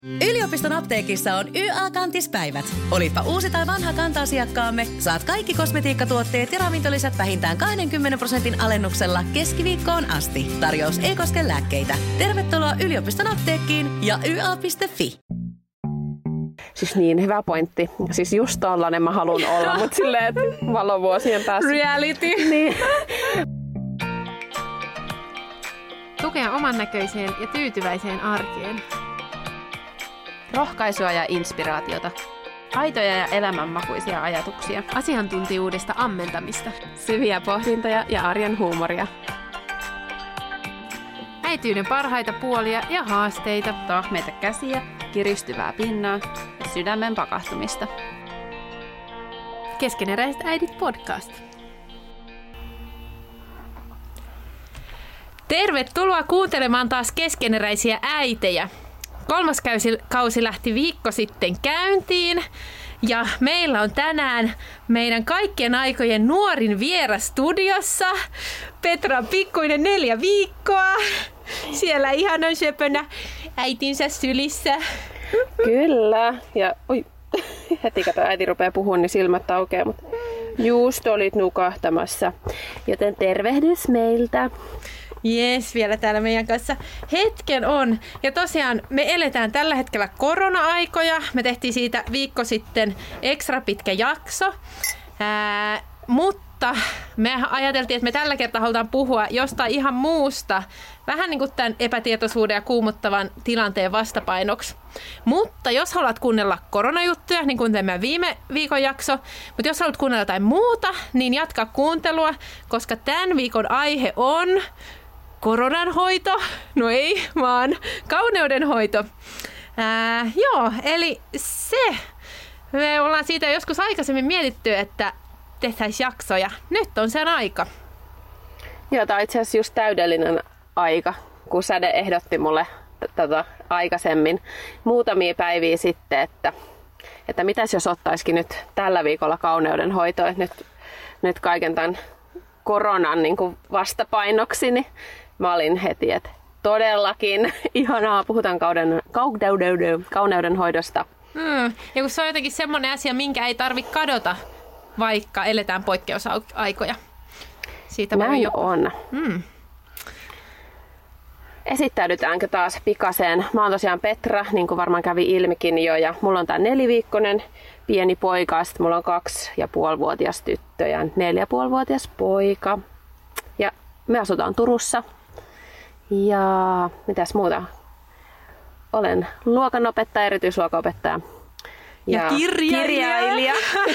Yliopiston apteekissa on YA-kantispäivät. Olipa uusi tai vanha kanta-asiakkaamme, saat kaikki kosmetiikkatuotteet ja ravintolisät vähintään 20% alennuksella keskiviikkoon asti. Tarjous ei koske lääkkeitä. Tervetuloa yliopiston apteekkiin ja YA.fi. Siis niin, hyvä pointti. Siis just tollanen mä haluan olla, mutta silleen, että valovuosien päässä. Reality. Niin. Tukea oman näköiseen ja tyytyväiseen arkeen. Rohkaisua ja inspiraatiota. Aitoja ja elämänmakuisia ajatuksia. Asiantuntijuudesta ammentamista. Syviä pohdintoja ja arjen huumoria. Äityyden parhaita puolia ja haasteita. Tahmeita käsiä, kiristyvää pinnaa ja sydämen pakahtumista. Keskeneräiset äidit podcast. Tervetuloa kuuntelemaan taas Keskeneräisiä äitejä. 3. kausi lähti viikko sitten käyntiin ja meillä on tänään meidän kaikkien aikojen nuorin vieras studiossa. Petra on pikkuinen 4 viikkoa. Siellä ihanan söpönä äitinsä sylissä. Kyllä. Ja heti kato äiti rupeaa puhumaan, niin silmät aukeaa, mutta just olit nukahtamassa. Joten tervehdys meiltä. Jes, vielä täällä meidän kanssa hetken on. Ja tosiaan me eletään tällä hetkellä korona-aikoja. Me tehtiin siitä viikko sitten ekstra pitkä jakso. Mutta me ajateltiin, että me tällä kertaa halutaan puhua jostain ihan muusta. Vähän niin kuin tämän epätietoisuuden ja kuumuttavan tilanteen vastapainoksi. Mutta jos haluat kuunnella koronajuttuja, niin kuin tämä viime viikon jakso, mutta jos haluat kuunnella jotain muuta, niin jatka kuuntelua, koska tämän viikon aihe on koronanhoito, no ei, vaan kauneudenhoito. Joo, eli me ollaan siitä joskus aikaisemmin mietitty, että tehtäisiin jaksoja. Nyt on sen aika. Joo, tämä on itse asiassa just täydellinen aika, kun Säde ehdotti mulle aikaisemmin muutamia päiviä sitten, että mitäs jos ottaisikin nyt tällä viikolla kauneudenhoitoa, että nyt kaiken tämän koronan niin kuin vastapainoksi, niin mä olin heti, että todellakin ihanaa, puhutaan kauneudenhoidosta. Ja kun se on jotenkin semmoinen asia, minkä ei tarvitse kadota, vaikka eletään poikkeusaikoja. Siitä näin on. Esittäydytäänkö taas pikaseen? Mä oon tosiaan Petra, niin kuin varmaan kävi ilmikin jo, ja mulla on tää 4-viikkoinen pieni poika, sitten mulla on 2,5-vuotias tyttö ja 4,5-vuotias poika. Ja me asutaan Turussa. Ja mitäs muuta? Olen luokanopettaja, erityisluokanopettaja. Ja kirjailija.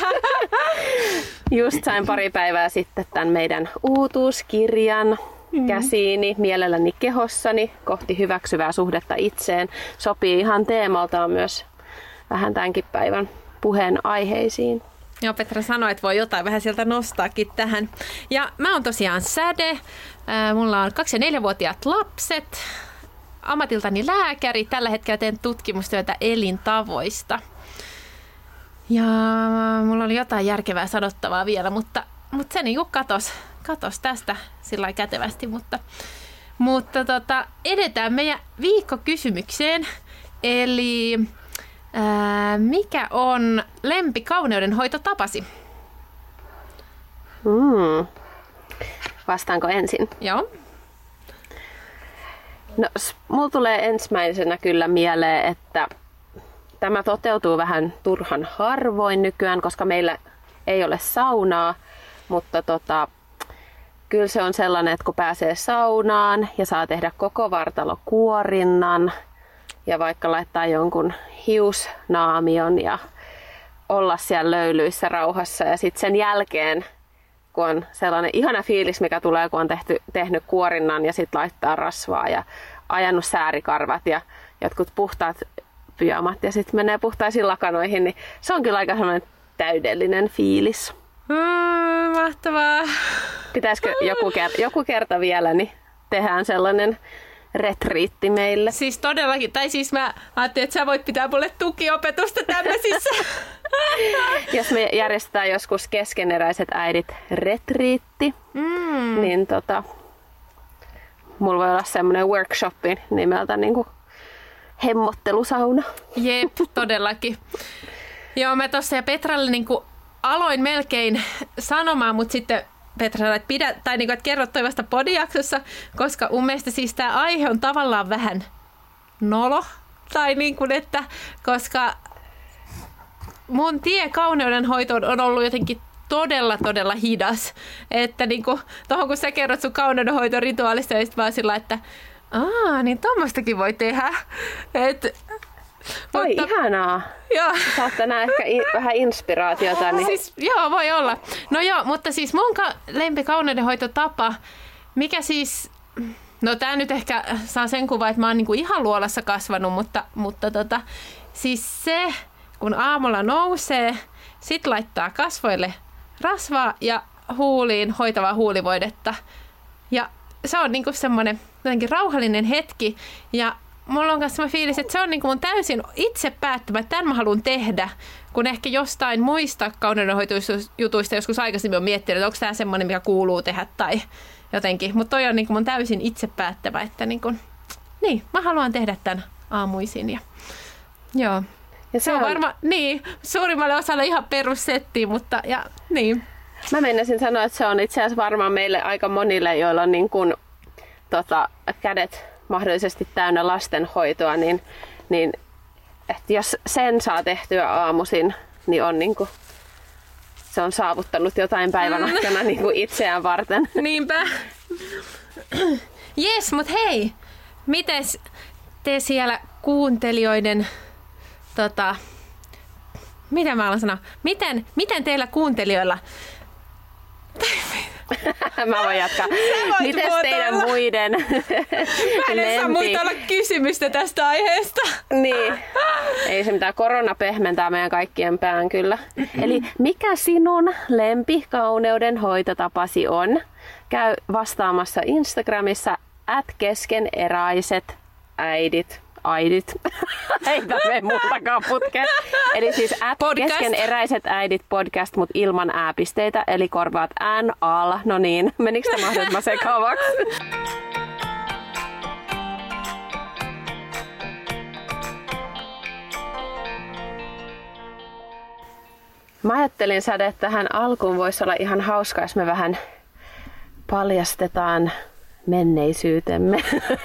Just sain pari päivää sitten tämän meidän uutuuskirjan käsiini, mielelläni kehossani, kohti hyväksyvää suhdetta itseen. Sopii ihan teemaltaan myös vähän tämänkin päivän puheen aiheisiin. Joo, Petra sanoi, että voi jotain vähän sieltä nostaakin tähän. Ja mä oon tosiaan Säde. Mulla on 2- ja 4-vuotiaat lapset. Ammatiltani lääkäri. Tällä hetkellä teen tutkimustyötä elintavoista. Ja mulla oli jotain järkevää sanottavaa vielä, mutta se niin kuin katos tästä sillä kätevästi. Mutta edetään meidän viikkokysymykseen. Eli mikä on lempikauneudenhoitotapasi? Vastaanko ensin? Joo. No, mulla tulee ensimmäisenä kyllä mieleen, että tämä toteutuu vähän turhan harvoin nykyään, koska meillä ei ole saunaa, mutta kyllä se on sellainen, että kun pääsee saunaan ja saa tehdä koko vartalokuorinnan ja vaikka laittaa jonkun hiusnaamion ja olla siellä löylyissä rauhassa ja sitten sen jälkeen, kun on sellainen ihana fiilis, mikä tulee, kun on tehnyt kuorinnan ja sitten laittaa rasvaa ja ajanut säärikarvat ja jotkut puhtaat pyjamat ja sitten menee puhtaisiin lakanoihin, niin se on kyllä aika sellainen täydellinen fiilis. Mahtavaa. Pitäisikö joku kerta vielä, niin tehdään sellainen retriitti meille. Siis todellakin. Tai siis mä ajattelin, että sä voit pitää mulle tukiopetusta tämmöisissä. Jos me järjestetään joskus keskeneräiset äidit retriitti, niin mulla voi olla semmoinen workshopi nimeltä niin kuin hemmottelusauna. Jep, todellakin. Joo, mä tuossa ja Petralle niin kuin aloin melkein sanomaan, mutta sitten Petra sanoi, että että kerro toi vasta podijaksossa, koska mun mielestä siis tämä aihe on tavallaan vähän nolo. Tai niin kuin, että koska mun tie kauneudenhoitoon on ollut jotenkin todella hidas. Että niin kuin, tohon kun sä kerrot sun kauneudenhoitorituaalista, ja sitten vaan sillä, että niin tommostakin voi tehdä. Oi, ihanaa. Joo. Saat tänään ehkä vähän inspiraatiota. Niin. Siis, joo, voi olla. No joo, mutta siis mun lempikauneudenhoitotapa, mikä siis... No tää nyt ehkä saa sen kuvan, että mä oon niinku ihan luolassa kasvanut, mutta siis se, kun aamulla nousee, sit laittaa kasvoille rasvaa ja huuliin hoitavaa huulivoidetta. Ja se on niinku semmoinen jotenkin rauhallinen hetki ja mulla on myös fiilis, että se on niinku mun täysin itse päättämä, että tämän mä haluan tehdä, kun ehkä jostain muista kauneudenhoitojutuista joskus aikaisemmin on miettinyt, että onko tämä semmoinen, mikä kuuluu tehdä tai jotenkin. Mutta toi on niinku mun täysin itse päättävä, että niin, mä haluan tehdä tämän aamuisin. Ja, joo. Ja se on varmaan, suurimmalle osalle ihan perussettiä, mutta niin. Mä menisin sanoa, että se on itse asiassa varmaan meille aika monille, joilla on niin kuin, kädet mahdollisesti täynnä lastenhoitoa, niin että jos sen saa tehtyä aamuisin, niin on niin kuin, se on saavuttanut jotain päivän aikana niin kuin itseään varten. Niinpä. Jes, mut hei, mites te siellä kuuntelijoiden, mitä mä alan sanoa, miten teillä kuuntelijoilla, mä voin jatkaa. Mites teidän muiden Mä en edes saa muita kysymystä tästä aiheesta. Niin. Ei se mitään, korona pehmentää meidän kaikkien pään kyllä. Eli mikä sinun lempikauneuden hoitotapasi on? Käy vastaamassa Instagramissa @keskeneräiset_äidit. Ei mene muutakaan putkeen. Eli siis @keskeneräiset äidit podcast, mutta ilman ääpisteitä, eli korvaat n-al. No niin, menikö tämä mahdollisimman sekavaksi? Mä ajattelin, Sade, että tähän alkuun voisi olla ihan hauska, jos me vähän paljastetaan menneisyytemme.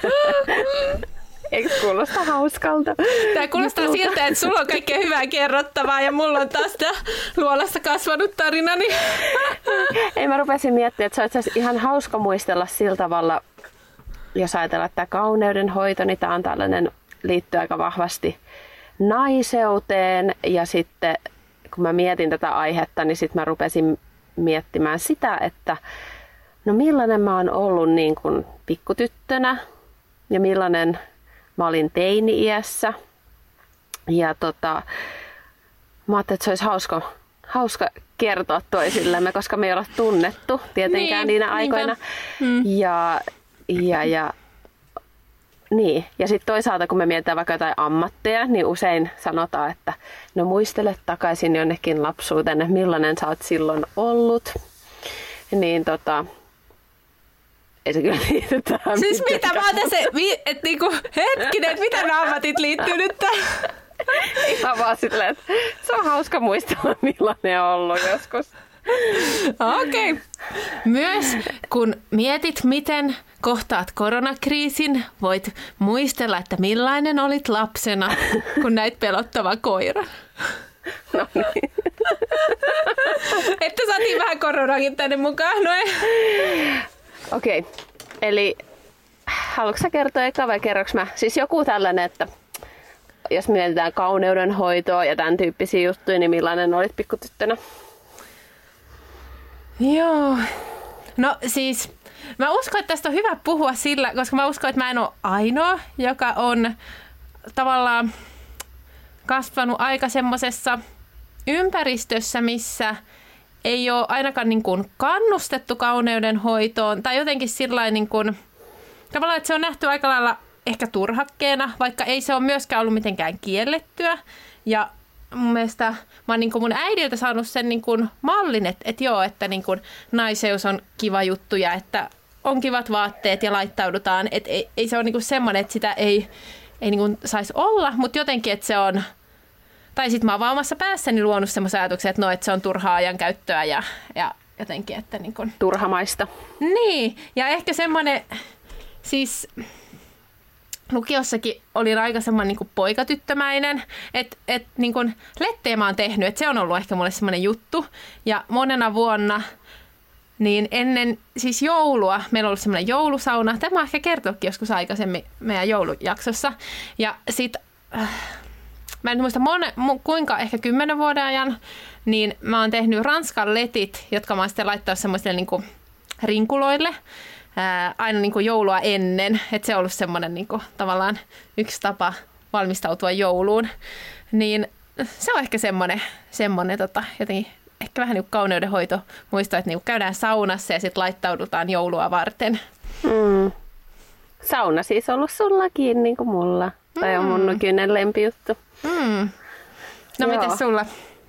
Eikö kuulosta hauskalta? Tämä kuulostaa siltä, että sulla on kaikkea hyvää kerrottavaa ja mulla on taas tämä luolassa kasvanut tarinani. Ei, mä rupesin miettimään, että se on itse asiassa ihan hauska muistella sillä tavalla, jos ajatellaan, että tämä kauneudenhoito, niin tämä on tällainen, liittyy aika vahvasti naiseuteen. Ja sitten kun mä mietin tätä aihetta, niin sitten mä rupesin miettimään sitä, että no millainen mä oon ollut niin kuin pikkutyttönä ja millainen mä olin teini-iässä. Ja mä ajattelin, että se olisi hauska kertoa toisillemme, koska me ei olla tunnettu tietenkään niinä aikoina. Ja sitten toisaalta, kun me mietitään vaikka jotain ammatteja, niin usein sanotaan, että no muistele takaisin jonnekin lapsuuteen, että millainen sä oot silloin ollut. Niin ei se kyllä liity tähän. Siis mitä mä oon tässä, että niinku, hetkinen, että mitä nämä ammatit liittyy nyt tähän? Mä vaan silleen, että se on hauska muistella, millainen on ollut joskus. Okei. Myös kun mietit, miten kohtaat koronakriisin, voit muistella, että millainen olit lapsena, kun näit pelottava koira. No niin. Että saatiin vähän koronakin tänne mukaan, no ei. Okei, eli haluatko sä kertoa eka vai kerroks mä? Siis joku tällainen, että jos mietitään kauneudenhoitoa ja tämän tyyppisiä juttuja, niin millainen olit pikkutyttönä? Joo. No siis, mä uskon, että tästä on hyvä puhua sillä, koska mä uskon, että mä en ole ainoa, joka on tavallaan kasvanut aika semmosessa ympäristössä, missä ei ole ainakaan niin kuin kannustettu kauneudenhoitoon tai jotenkin sillain niin kuin, tavallaan, että se on nähty aika lailla ehkä turhakkeena, vaikka ei se ole myöskään ollut mitenkään kiellettyä. Ja mun mielestä mä oon niin kuin mun äidiltä saanut sen niin kuin mallin, että joo, että niin kuin naiseus on kiva juttu ja että on kivat vaatteet ja laittaudutaan. Että ei se ole niin kuin semmoinen, että sitä ei ei niin kuin saisi olla, mutta jotenkin, että se on, tai sitten mä oon vaan omassa päässäni luonut semmoisen ajatuksen, että no, että se on turhaa ajankäyttöä ja jotenkin, että niin kuin... Turhamaista. Niin, ja ehkä semmoinen, siis lukiossakin olin aika semmoinen niin kuin poikatyttömäinen, että niin kuin lettejä mä oon tehnyt, että se on ollut ehkä mulle semmoinen juttu. Ja monena vuonna, niin ennen siis joulua, meillä on ollut semmoinen joulusauna. Tämä on ehkä kertokin joskus aikaisemmin meidän joulujaksossa. Ja sit, mä en muista kuinka, ehkä 10 vuoden ajan, niin mä oon tehnyt Ranskan letit, jotka mä oon sitten laittanut semmoisille niin kuin rinkuloille. Aina niin kuin joulua ennen, että se on ollut semmoinen niin kuin, tavallaan yksi tapa valmistautua jouluun, niin se on ehkä semmoinen jotenkin ehkä vähän niin kuin kauneudenhoito muistaa, että niin kuin käydään saunassa ja sitten laittaudutaan joulua varten. Sauna siis on ollut sullakin niin kuin mulla, tai on mun nykyinen lempijuttu. No miten sulla?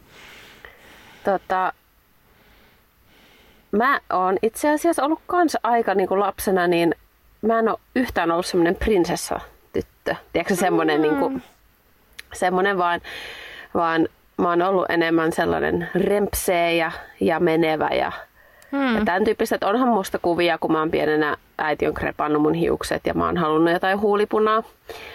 Mä oon itse asiassa ollut kans aika niin kuin lapsena, niin mä en ole yhtään ollut semmoinen prinsessatyttö. Tiedätkö semmoinen, niin kuin, semmoinen vaan mä oon ollut enemmän sellainen rempsee ja menevä ja tämän tyyppistä. Että onhan musta kuvia, kun mä oon pienenä, äiti on krepannut mun hiukset ja mä oon halunnut jotain huulipunaa.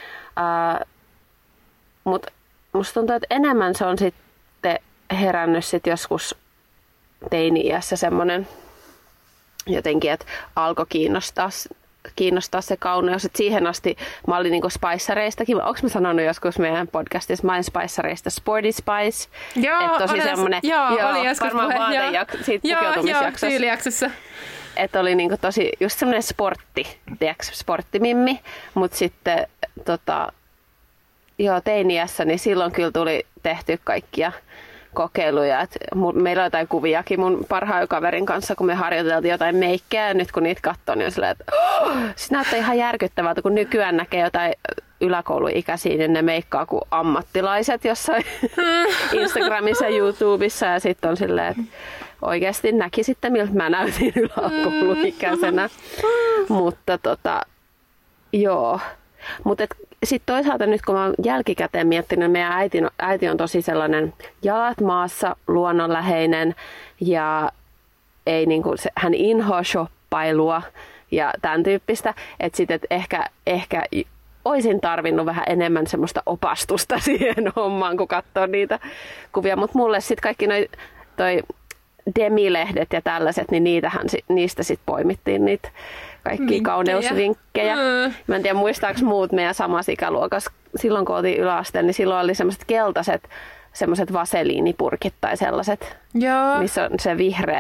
Mutta musta tuntuu, että enemmän se on sitten herännyt sit joskus teini-iässä semmoinen jotenkin, että alkoi kiinnostaa se kauneus. Et siihen asti mä olin niinku spicereistakin. Onko mä sanonut joskus meidän podcastissa, mä olin spicereista Sporty Spice? Joo, tosi semmoinen, oli joskus puhe. Siitä pukeutumisjaksossa. Tyylijaksossa. Että oli niinku tosi just semmoinen sporttimimmi, mutta sitten teini-iässä, niin silloin kyllä tuli tehty kaikkia kokeiluja. Meillä on jotain kuviakin mun parhaan kaverin kanssa, kun me harjoiteltiin jotain meikkejä, ja nyt kun niitä katsoo, niin on silleen, että se näyttää ihan järkyttävältä, kun nykyään näkee jotain yläkouluikäisiä, niin ne meikkaa kuin ammattilaiset jossain Instagramissa ja YouTubessa, ja sitten on silleen, että oikeasti näki sitten, miltä mä näytin yläkouluikäisenä. Mutta joo. Mutta sitten toisaalta nyt, kun mä oon jälkikäteen miettinyt, meidän äiti on tosi sellainen jalat maassa, luonnonläheinen ja ei niinku, hän inhoa shoppailua ja tämän tyyppistä. Että sitten ehkä olisin tarvinnut vähän enemmän semmoista opastusta siihen hommaan, kun katsoo niitä kuvia. Mutta mulle sitten kaikki toi Demi-lehdet ja tällaiset, niin niistä sitten poimittiin niitä kaikkia kauneusvinkkejä. Mä en tiedä, muistaako muut meidän samassa ikäluokassa. Silloin kun oltiin yläasteella, niin silloin oli semmoiset keltaiset semmoiset vaseliinipurkit tai sellaiset, missä on se vihreä,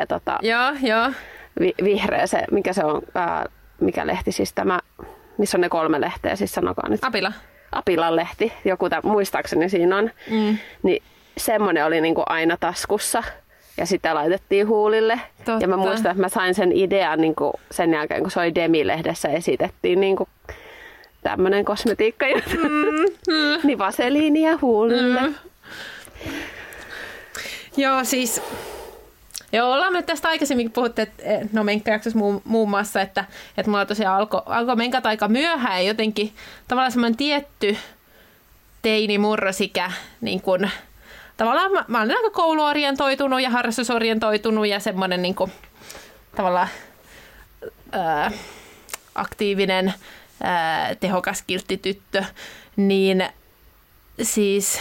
vihreä se, mikä se on, mikä lehti siis tämä, missä on ne 3 lehteä, siis sanokaa nyt. Apilan lehti, joku muistaakseni siinä on. Niin semmoinen oli niinku aina taskussa. Ja sitä laitettiin huulille. Totta. Ja mä muistan, että mä sain sen idean niin kuin sen jälkeen, kun se oli Demi-lehdessä esitettiin niin kuin tämmöinen kosmetiikkajuttu. Niin vaseliinia huulille. Joo, siis... Joo, ollaan me tästä aikaisemmin puhuttu, että no menkkäjaksossa muun muassa, että mulla tosiaan alkoi menkat aika myöhään. Jotenkin tavallaan semmoinen tietty teini-murrosikä, niin kuin... Tavallaan mä olen aika kouluorientoitunut ja harrastusorientoitunut ja semmoinen niin kuin, tavallaan aktiivinen, tehokas, kiltti tyttö, niin siis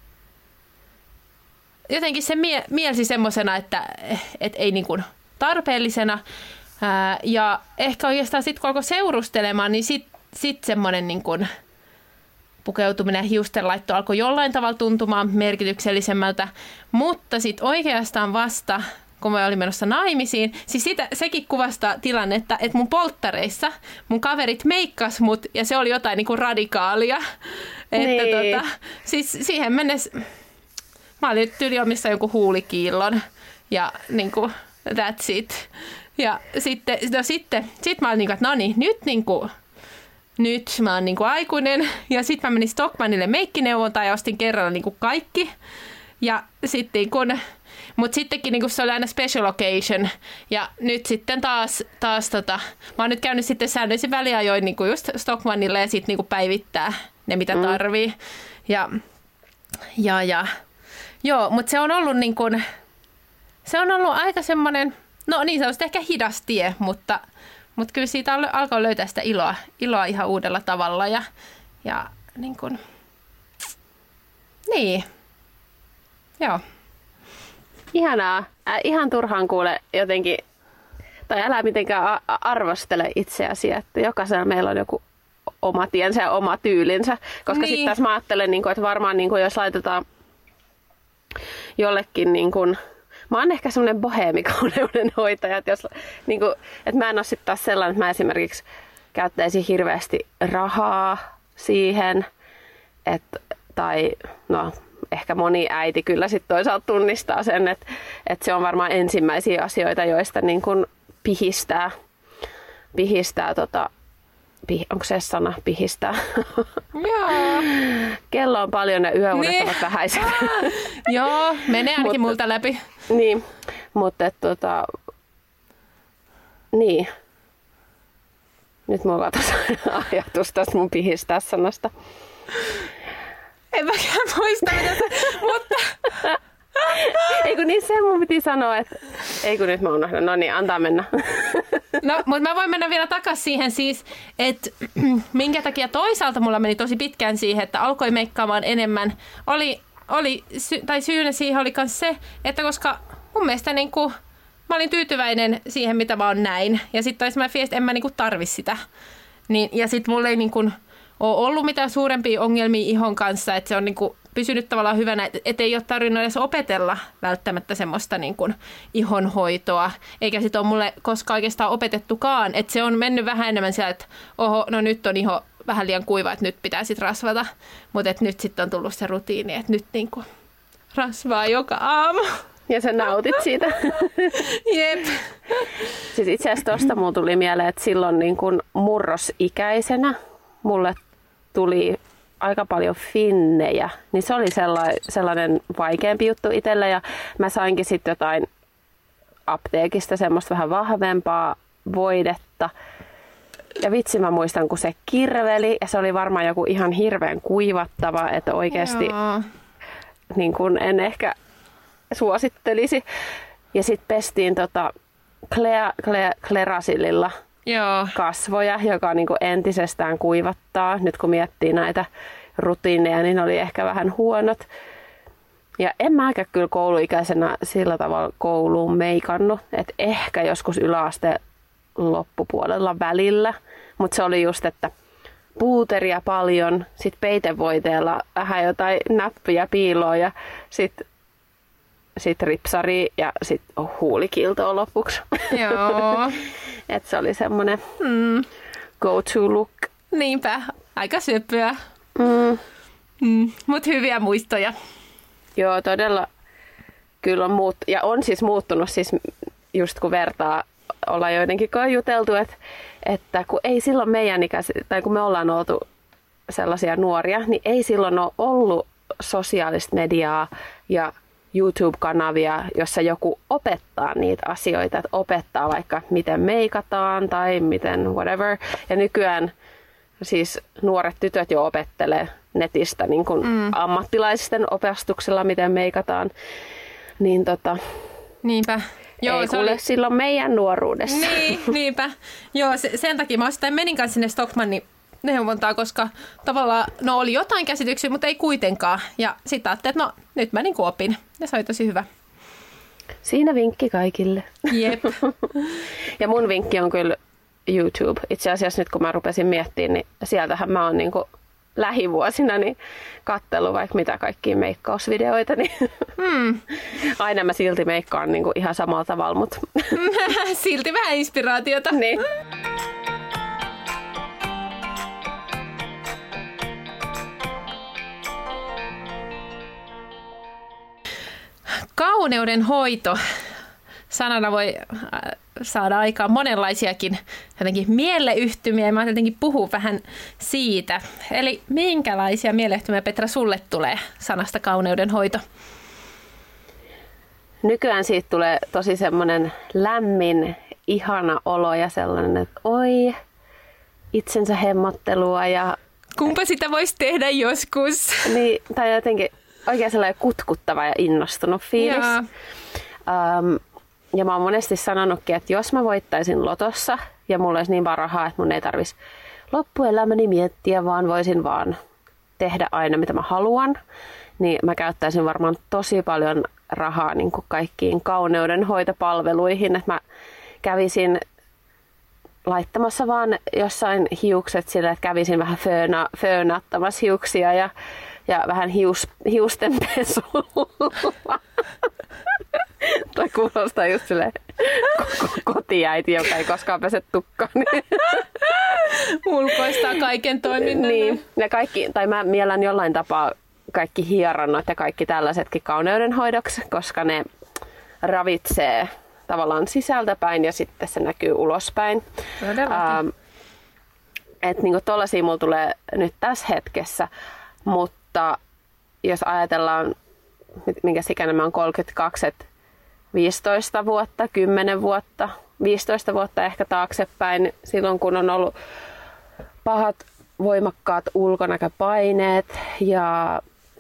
jotenkin se mielsi semmoisena, että ei niin kuin tarpeellisena. Ja ehkä oikeastaan sitten kun alkoi seurustelemaan, niin sit semmoinen niin kuin pukeutuminen ja hiustenlaitto alkoi jollain tavalla tuntumaan merkityksellisemmältä, mutta sitten oikeastaan vasta, kun mä olin menossa naimisiin, siis sekin kuvastaa tilannetta, että mun polttareissa mun kaverit meikkas mut ja se oli jotain niinku radikaalia. Niin. Että siis siihen mennessä mä olin tyyli omissa jonkun huulikiillon ja niinku that's it. Ja sitten mä olin niinku, että no niin, nyt mä oon niinku aikuinen ja sitten mä menin Stockmannille meikkineuvontaan ja ostin kerralla niinku kaikki. Ja sitten mutta sittenkin niinku se oli aina special occasion ja nyt sitten taas mä oon nyt käynyt sitten säännöllisin väliajoin niinku just Stockmannille ja sitten niinku ne mitä tarvii. Joo, mutta se on ollut niin kuin, se on ollut aika semmoinen, no niin, se on ehkä hidas tie, mutta kyllä siitä alkoi löytää sitä iloa ihan uudella tavalla ja niin kuin, niin, joo. Ihanaa. Ihan turhaan kuule jotenkin, tai älä mitenkään arvostele itseäsi, että jokaisella meillä on joku oma tiensä ja oma tyylinsä. Koska niin. Sitten taas mä ajattelen, että varmaan jos laitetaan jollekin, mä oon ehkä semmoinen boheemikauneuden hoitaja, että mä en ole sitten taas sellainen, että mä esimerkiksi käyttäisin hirveästi rahaa siihen, tai no ehkä moni äiti kyllä sitten toisaalta tunnistaa sen, että se on varmaan ensimmäisiä asioita, joista niin kuin pihistää onko se sana pihistää? Joo. Kello on paljon ja yöunet niin. ovat vähäiset. Joo, menee ainakin multa läpi. Niin, mutta niin. Nyt mulla on tässä ajatus tästä mun pihistää sanasta. En mäkään muista, mitä se, mutta... Eikö niin, se mun piti sanoa, että... Eikö nyt mä unohdan? No niin, antaa mennä. No, mutta mä voin mennä vielä takaisin siihen siis, että minkä takia toisaalta mulla meni tosi pitkään siihen, että alkoi meikkaamaan enemmän. Syynä siihen oli myös se, että koska mun mielestä mä olin tyytyväinen siihen, mitä mä oon näin. Ja sitten mä en mä tarvi sitä. Niin, ja sitten mulla ei ole ollut mitään suurempia ongelmia ihon kanssa, että se on pysynyt tavallaan hyvänä, että ei ole tarvinnut edes opetella välttämättä semmoista ihonhoitoa, eikä sit ole mulle koskaan oikeastaan opetettukaan, että se on mennyt vähän enemmän siellä, että oho, no nyt on iho vähän liian kuiva, että nyt pitää sit rasvata, mutta nyt sitten on tullut se rutiini, että nyt rasvaa joka aamu. Ja sä nautit siitä. Jep. Siis itse asiassa tosta mulla tuli mieleen, että silloin murrosikäisenä mulle tuli aika paljon finnejä, niin se oli sellainen vaikeampi juttu itselle ja mä sainkin sitten jotain apteekista semmoista vähän vahvempaa voidetta. Ja vitsi mä muistan, kun se kirveli ja se oli varmaan joku ihan hirveän kuivattava, että oikeasti en ehkä suosittelisi. Ja sitten pestiin Clearasililla kasvoja, joka entisestään kuivattaa. Nyt kun miettii näitä rutiineja, niin oli ehkä vähän huonot. Ja en mäkään kyllä kouluikäisenä sillä tavalla kouluun meikannut. Että ehkä joskus yläasteen loppupuolella välillä. Mutta se oli just, että puuteria paljon, sitten peitevoiteella vähän jotain näppyjä piiloa ja sitten ripsari ja sitten huulikiltoa lopuksi. Joo. Että se oli semmoinen go-to look. Niinpä, aika söpöä. Mutta hyviä muistoja. Joo, todella kyllä on siis muuttunut, siis just kun vertaa, ollaan joidenkin juteltu, että kun ei silloin meidän tai kun me ollaan oltu sellaisia nuoria, niin ei silloin ole ollut sosiaalista mediaa ja YouTube-kanavia, jossa joku opettaa niitä asioita, että opettaa vaikka miten meikataan tai miten whatever. Ja nykyään siis nuoret tytöt jo opettelee netistä ammattilaisten opastuksella, miten meikataan. Niin niinpä. Joo, ei kuule silloin meidän nuoruudessa. Niinpä. Joo, sen takia mä menin kanssa sinne Stockmannin neuvontaa, koska tavallaan oli jotain käsityksiä, mutta ei kuitenkaan. Ja sitten ajattelin, että nyt mä opin. Ja se oli tosi hyvä. Siinä vinkki kaikille. Jep. Ja mun vinkki on kyllä YouTube. Itse asiassa nyt kun mä rupesin miettimään, niin sieltähän mä oon lähivuosina katsellut vaikka mitä kaikkia meikkausvideoita. Niin aina mä silti meikkaan ihan samalla tavalla, mutta silti vähän inspiraatiota. Niin. Kauneuden hoito. Sanana voi saada aikaan monenlaisiakin jotenkin mieleyhtymiä. Mä jotenkin puhun vähän siitä. Eli minkälaisia mieleyhtymiä, Petra, sulle tulee sanasta kauneuden hoito? Nykyään siitä tulee tosi semmoinen lämmin, ihana olo ja sellainen, että oi, itsensä hemmottelua ja Kumpa sitä voisi tehdä joskus. Niin, tai jotenkin oikein sellainen kutkuttava ja innostunut fiilis. Ja mä oon monesti sanonutkin, että jos mä voittaisin lotossa ja mulla olisi niin vaan rahaa, että mun ei tarvitsisi loppuelämäni miettiä, vaan voisin vaan tehdä aina mitä mä haluan, niin mä käyttäisin varmaan tosi paljon rahaa niin kuin kaikkiin kauneudenhoitopalveluihin. Että mä kävisin laittamassa vaan jossain hiukset sille, että kävisin vähän föönattamassa hiuksia ja vähän hiustenpesulla. Tai kuulostaa just silleen kotiäiti, joka ei koskaan pese tukkaan. Ulkoistaa kaiken toiminnan. Niin, ja kaikki, tai mä miellän jollain tapaa kaikki hieronnat ja kaikki tällaisetkin kauneudenhoidoksi, koska ne ravitsee tavallaan sisältäpäin ja sitten se näkyy ulospäin. Että niinku tollasia mulla tulee nyt tässä hetkessä, mutta jos ajatellaan, minkä ikäinen mä oon 32, että 15 vuotta, 10 vuotta, 15 vuotta ehkä taaksepäin, silloin kun on ollut pahat voimakkaat ulkonäköpaineet ja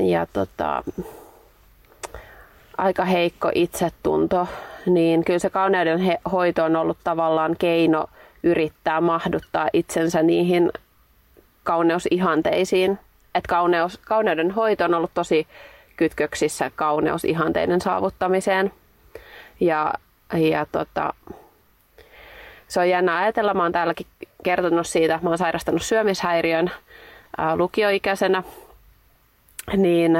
aika heikko itsetunto, niin kyllä se kauneuden hoito on ollut tavallaan keino yrittää mahduttaa itsensä niihin kauneusihanteisiin. Että kauneuden hoito on ollut tosi kytköksissä kauneusihanteiden saavuttamiseen. Ja se on jännä ajatella. Mä oon täälläkin kertonut siitä, että mä oon sairastanut syömishäiriön lukioikäisenä. Niin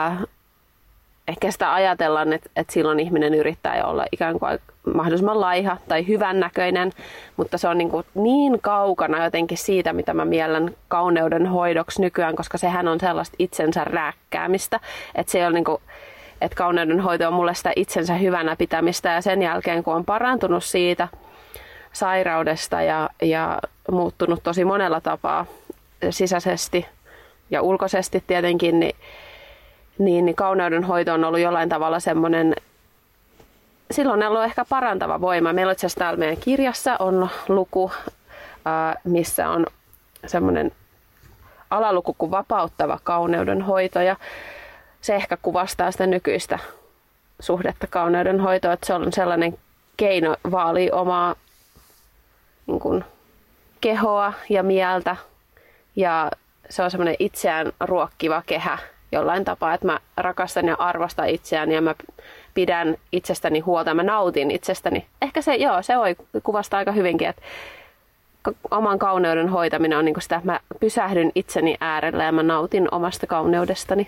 ehkä sitä ajatellaan, että silloin ihminen yrittää jo olla ikään kuin mahdollisimman laiha tai hyvännäköinen, mutta se on niin kaukana jotenkin siitä, mitä mä miellän kauneuden hoidoksi nykyään, koska sehän on sellaista itsensä rääkkäämistä, että se on että kauneuden hoito on mulle sitä itsensä hyvänä pitämistä ja sen jälkeen, kun on parantunut siitä sairaudesta ja muuttunut tosi monella tapaa sisäisesti ja ulkoisesti tietenkin, niin kauneuden hoito on ollut jollain tavalla semmoinen, silloin on ollut ehkä parantava voima. Meillä itse asiassa täällä meidän kirjassa on luku, missä on semmoinen alaluku kuin vapauttava kauneuden hoito ja se ehkä kuvastaa sitä nykyistä suhdetta kauneuden hoitoon, että se on sellainen keino vaalia omaa niin kuin, kehoa ja mieltä ja se on semmoinen itseään ruokkiva kehä jollain tapaa, että mä rakastan ja arvostan itseäni ja mä pidän itsestäni huolta ja mä nautin itsestäni. Ehkä se voi kuvastaa aika hyvinkin, että oman kauneuden hoitaminen on niin kuin sitä, että mä pysähdyn itseni äärellä ja mä nautin omasta kauneudestani.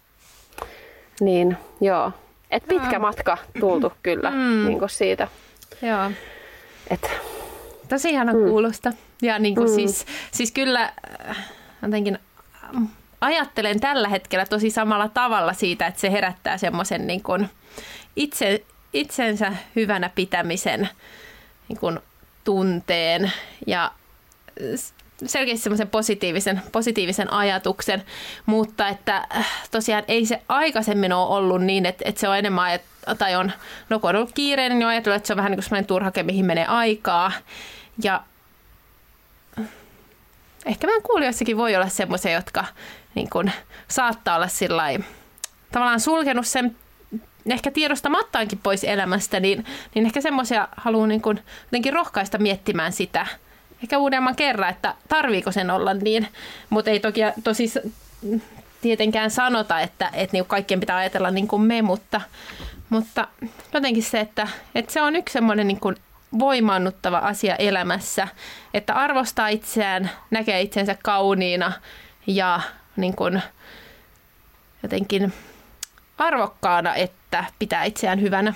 Niin, joo. Et pitkä matka tultu kyllä niin kuin siitä. Joo. Tosi ihana kuulosta. Ja niin kuin siis kyllä jotenkin ajattelen tällä hetkellä tosi samalla tavalla siitä, että se herättää semmoisen niin kuin itsensä hyvänä pitämisen niin kuin tunteen ja selkeästi semmoisen positiivisen ajatuksen, mutta että tosiaan ei se aikaisemmin ole ollut niin, että se on enemmän, tai on ollut kiireinen, niin on ajatellut, että se on vähän niin kuin semmoinen turhake, mihin menee aikaa. Ja ehkä meidän kuulijoissakin voi olla semmoisia, jotka niin kuin, saattaa olla sillai, tavallaan sulkenut sen ehkä tiedostamattaankin pois elämästä, niin ehkä semmoisia haluaa niin kuin, jotenkin rohkaista miettimään sitä. Ehkä uudemman kerran, että tarviiko sen olla niin, mutta ei toki tietenkään sanota, että niin kaikkien pitää ajatella niin kuin me, mutta jotenkin se, että se on yksi semmoinen niin kuin voimaannuttava asia elämässä, että arvostaa itseään, näkee itsensä kauniina ja niin kuin jotenkin arvokkaana, että pitää itseään hyvänä.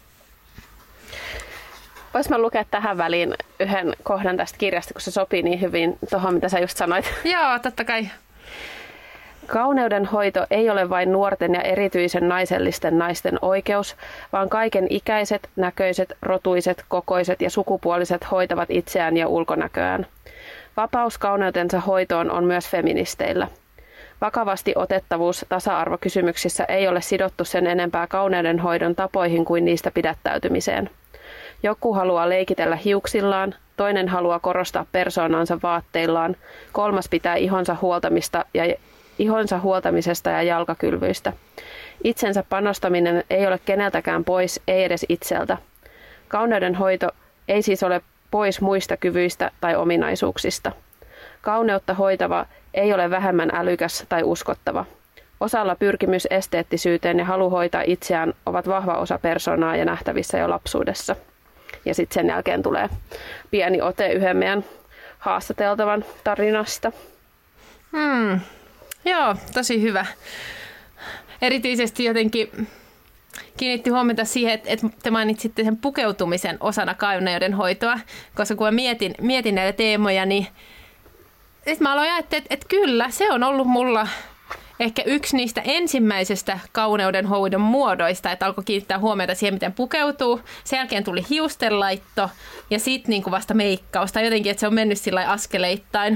Vois mä lukea tähän väliin yhden kohdan tästä kirjasta, kun se sopii niin hyvin tuohon, mitä sä just sanoit. Joo, totta kai. Kauneuden hoito ei ole vain nuorten ja erityisen naisellisten naisten oikeus, vaan kaiken ikäiset, näköiset, rotuiset, kokoiset ja sukupuoliset hoitavat itseään ja ulkonäköään. Vapaus kauneutensa hoitoon on myös feministeillä. Vakavasti otettavuus tasa-arvokysymyksissä ei ole sidottu sen enempää kauneudenhoidon tapoihin kuin niistä pidättäytymiseen. Joku haluaa leikitellä hiuksillaan, toinen haluaa korostaa persoonansa vaatteillaan, kolmas pitää ihonsa huoltamisesta ja jalkakylvyistä. Itsensä panostaminen ei ole keneltäkään pois, ei edes itseltä. Kauneuden hoito ei siis ole pois muista kyvyistä tai ominaisuuksista. Kauneutta hoitava ei ole vähemmän älykäs tai uskottava. Osalla pyrkimys esteettisyyteen ja halu hoitaa itseään ovat vahva osa persoonaa ja nähtävissä jo lapsuudessa. Ja sitten sen jälkeen tulee pieni ote yhden meidän haastateltavan tarinasta. Joo, tosi hyvä. Erityisesti jotenkin kiinnitti huomiota siihen, että te mainitsitte sen pukeutumisen osana kauneuden hoitoa, koska kun mä mietin näitä teemoja, niin mä aloin ajatella, että kyllä, se on ollut mulla ehkä yksi niistä ensimmäisestä kauneuden hoidon muodoista, että alkoi kiinnittää huomiota siihen, miten pukeutuu. Sen jälkeen tuli hiustenlaitto ja sitten niin kuin vasta meikkaus. Tai jotenkin, että se on mennyt sillä askeleittain.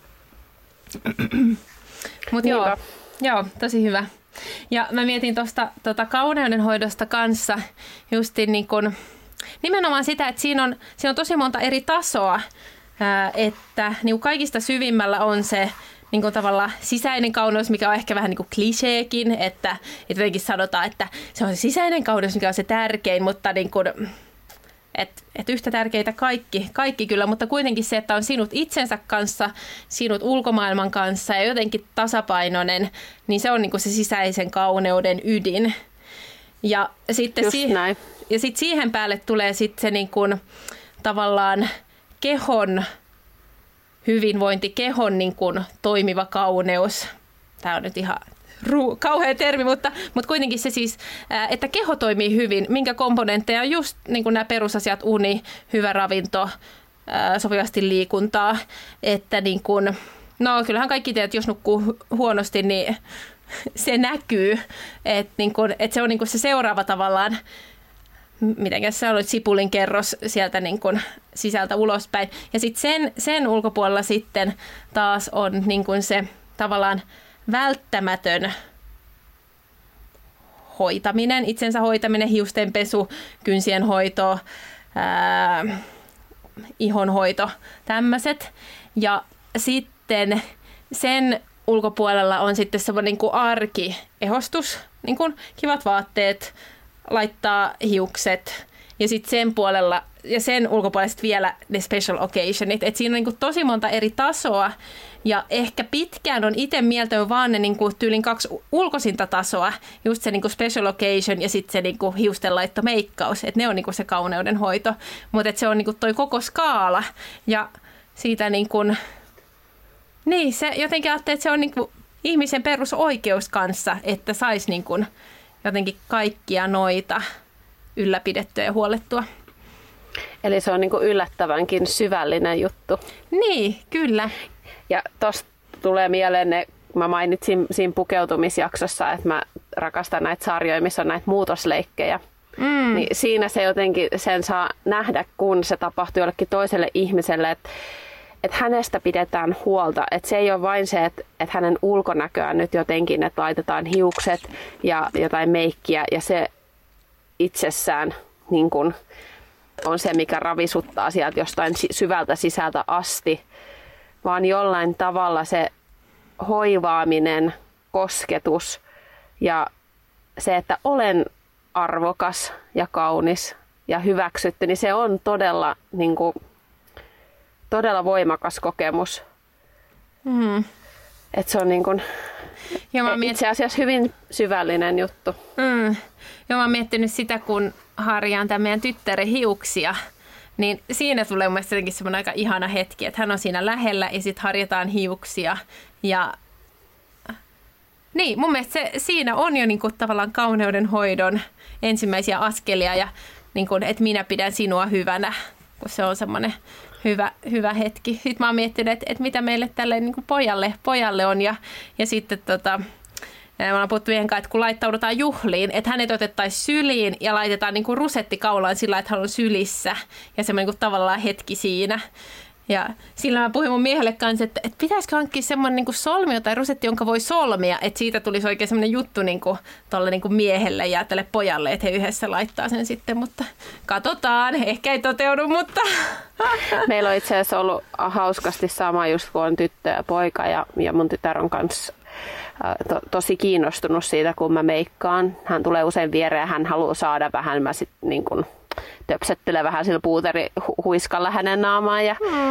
Mutta joo, tosi hyvä. Ja mä mietin tuosta kauneuden hoidosta kanssa justiin niin kun, nimenomaan sitä, että siinä on tosi monta eri tasoa, että niin kaikista syvimmällä on se niin kuin tavallaan sisäinen kauneus, mikä on ehkä vähän niin kuin kliseekin, että jotenkin sanotaan, että se on se sisäinen kauneus, mikä on se tärkein, mutta niin kuin, että yhtä tärkeitä kaikki kyllä, mutta kuitenkin se, että on sinut itsensä kanssa, sinut ulkomaailman kanssa ja jotenkin tasapainoinen, niin se on niin kuin se sisäisen kauneuden ydin. Ja sitten siihen päälle tulee sitten se niin kuin, tavallaan kehon hyvinvointi, kehon niin kuin toimiva kauneus. Tämä on nyt ihan kauhea termi, mutta kuitenkin se siis, että keho toimii hyvin, minkä komponentteja on just niin kuin nämä perusasiat, uni, hyvä ravinto, sopivasti liikuntaa, että niin kuin, no kyllähän kaikki tiedät, että jos nukkuu huonosti, niin se näkyy, että, niin kuin, että se on niin kuin se seuraava tavallaan, mitenkäs sä olet sipulin kerros sieltä niin kuin sisältä ulospäin. Ja sitten sen ulkopuolella sitten taas on niin kuin se tavallaan välttämätön hoitaminen, itsensä hoitaminen, hiustenpesu, kynsien hoito, ihonhoito, tämmöiset. Ja sitten sen ulkopuolella on sitten semmoinen niin kuin arkiehostus, niin kuin kivat vaatteet, laittaa hiukset ja sitten sen puolella ja sen ulkopuolella vielä ne special occasionit. Et siinä on niin kuin tosi monta eri tasoa ja ehkä pitkään on itse mieltänyt vaan ne niin kuin tyylin 2 ulkoisinta tasoa, just se niin kuin special occasion ja sitten se niin kuin hiustenlaitto, meikkaus, että ne on niin kuin se kauneuden hoito, mutta se on niin kuin toi koko skaala ja siitä niin kuin, niin se jotenkin ajattelee, että se on niin kuin ihmisen perusoikeus kanssa, että saisi niin kuin jotenkin kaikkia noita ylläpidettyä ja huolettua. Eli se on niin kuin yllättävänkin syvällinen juttu. Niin, kyllä. Ja tosta tulee mieleen, mä mainitsin siinä pukeutumisjaksossa, että mä rakastan näitä sarjoja, missä on näitä muutosleikkejä. Niin siinä se jotenkin sen saa nähdä, kun se tapahtuu jollekin toiselle ihmiselle, että hänestä pidetään huolta. Että se ei ole vain se, että hänen ulkonäköään nyt jotenkin, että laitetaan hiukset ja jotain meikkiä ja se itsessään niin kun on se, mikä ravisuttaa sieltä jostain syvältä sisältä asti, vaan jollain tavalla se hoivaaminen, kosketus ja se, että olen arvokas ja kaunis ja hyväksytty, niin se on todella, niin kuin, todella voimakas kokemus. Että se on niin kuin, itse asiassa hyvin syvällinen juttu. Joo, mä oon miettinyt sitä, kun harjaan tämän meidän tyttären hiuksia, niin siinä tulee mun mielestä jotenkin semmoinen aika ihana hetki, että hän on siinä lähellä ja sitten harjataan hiuksia. Ja niin, mun mielestä siinä on jo niinku tavallaan kauneuden hoidon ensimmäisiä askelia ja niinku, että minä pidän sinua hyvänä, kun se on semmoinen hyvä hetki. Sitten mä oon miettinyt, että mitä meille tälle niinku pojalle on ja sitten me ollaan puhuttu yhden kanssa, että kun laittaudutaan juhliin, että hänet otettaisiin syliin ja laitetaan niin kuin rusetti kaulaan sillä, että hän on sylissä ja semmoinen niin kuin tavallaan hetki siinä. Ja sillä mä puhuin mun miehelle kanssa, että pitäisikö hankkia semmoinen niin solmio tai rusetti, jonka voi solmia, että siitä tulisi oikein semmoinen juttu niin tuolle niin miehelle ja tälle pojalle, että he yhdessä laittaa sen sitten, mutta katsotaan, ehkä ei toteudu, mutta... Meillä on itse asiassa ollut hauskasti sama just kun on tyttö ja poika ja mun tytär on kanssa tosi kiinnostunut siitä, kun mä meikkaan. Hän tulee usein viereen ja hän haluaa saada vähän, mä sit niin kuin töpsettelen vähän sillä puuterihuiskalla hänen naamaan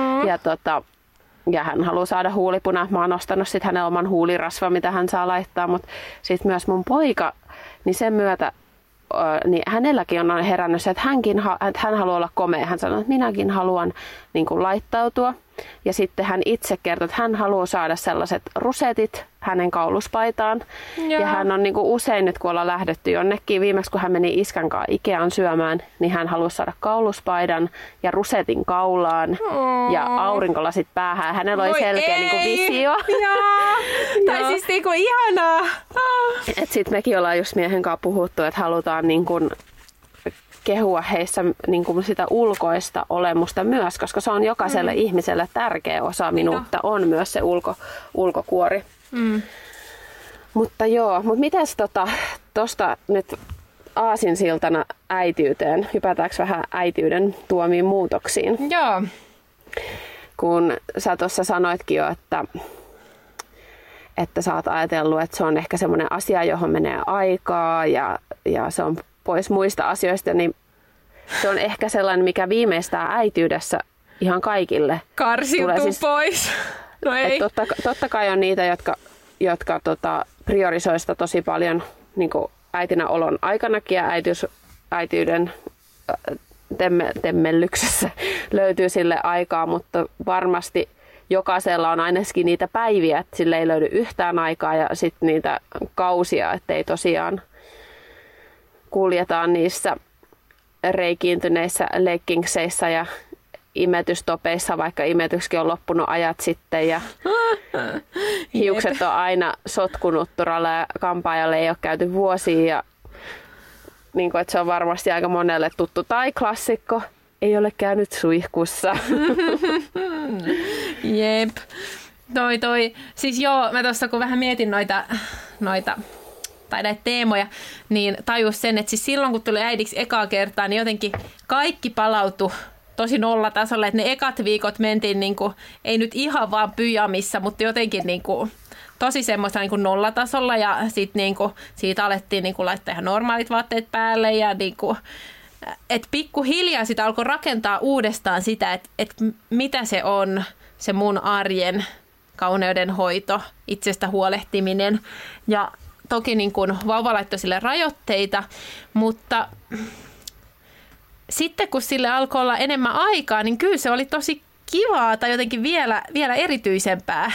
ja hän haluaa saada huulipuna. Mä oon ostanut sit hänen oman huulirasvan, mitä hän saa laittaa, mutta sitten myös mun poika, niin sen myötä niin hänelläkin on herännyt se, että hän haluaa olla komea. Hän sanoo, että minäkin haluan niin kuin laittautua. Ja sitten hän itse kertoo, että hän haluaa saada sellaiset rusetit hänen kauluspaitaan. Joo. Ja hän on niin kuin usein nyt, kun ollaan lähdetty jonnekin, viimeksi kun hän meni iskän kanssa Ikeaan syömään, niin hän halusi saada kauluspaidan ja rusetin kaulaan ja aurinkolasit päähän. Hänellä oli selkeä niin kuin visio. Tai siis niin kuin ihanaa. Sitten mekin ollaan just miehen kanssa puhuttu, että halutaan niin kuin kehua heissä niin kuin sitä ulkoista olemusta myös, koska se on jokaiselle ihmiselle tärkeä osa minuutta, on myös se ulkokuori. Mutta mitäs tosta nyt aasinsiltana äitiyteen, hypätäänkö vähän äitiyden tuomiin muutoksiin? Joo. Kun sä tuossa sanoitkin jo, että sä oot ajatellut, että se on ehkä semmoinen asia, johon menee aikaa ja se on pois muista asioista, niin se on ehkä sellainen, mikä viimeistään äityydessä ihan kaikille. Karsiutuu siis, pois. No ei. Totta kai on niitä, jotka priorisoi sitä tosi paljon niin kuin äitinä olon aikanakin ja äitiyden temmellyksessä löytyy sille aikaa, mutta varmasti jokaisella on ainakin niitä päiviä, että sille ei löydy yhtään aikaa ja sitten niitä kausia, ettei tosiaan kuljetaan niissä reikiintyneissä leggingseissä ja imetystopeissa, vaikka imetyskin on loppunut ajat sitten ja hiukset on aina sotkunutturalla ja kampaajalle ei ole käyty vuosia ja niin kuin, että se on varmasti aika monelle tuttu tai klassikko, ei ole käynyt suihkussa. Jep. Siis joo, mä tuossa kun vähän mietin noita tai näitä teemoja, niin tajus sen, että siis silloin kun tuli äidiksi ekaa kertaa, niin jotenkin kaikki palautui tosi nollatasolle, että ne ekat viikot mentiin niin kuin, ei nyt ihan vaan pyjamissa, mutta jotenkin niin kuin, tosi semmoista niin kuin nollatasolla ja sitten niin kuin, siitä alettiin niin kuin, laittaa ihan normaalit vaatteet päälle ja niin kuin, että pikkuhiljaa sitä alkoi rakentaa uudestaan sitä, että mitä se on se mun arjen kauneuden hoito, itsestä huolehtiminen ja toki niin kuin vauva laittoi sille rajoitteita, mutta sitten kun sille alkoi olla enemmän aikaa, niin kyllä se oli tosi kivaa tai jotenkin vielä erityisempää.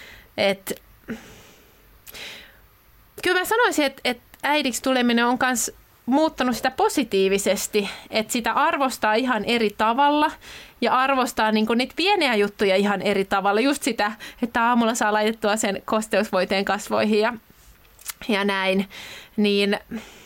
Kyllä mä sanoisin, että äidiksi tuleminen on myös muuttanut sitä positiivisesti, että sitä arvostaa ihan eri tavalla ja arvostaa niin kuin niitä pieniä juttuja ihan eri tavalla. Just sitä, että aamulla saa laitettua sen kosteusvoiteen kasvoihin ja näin, niin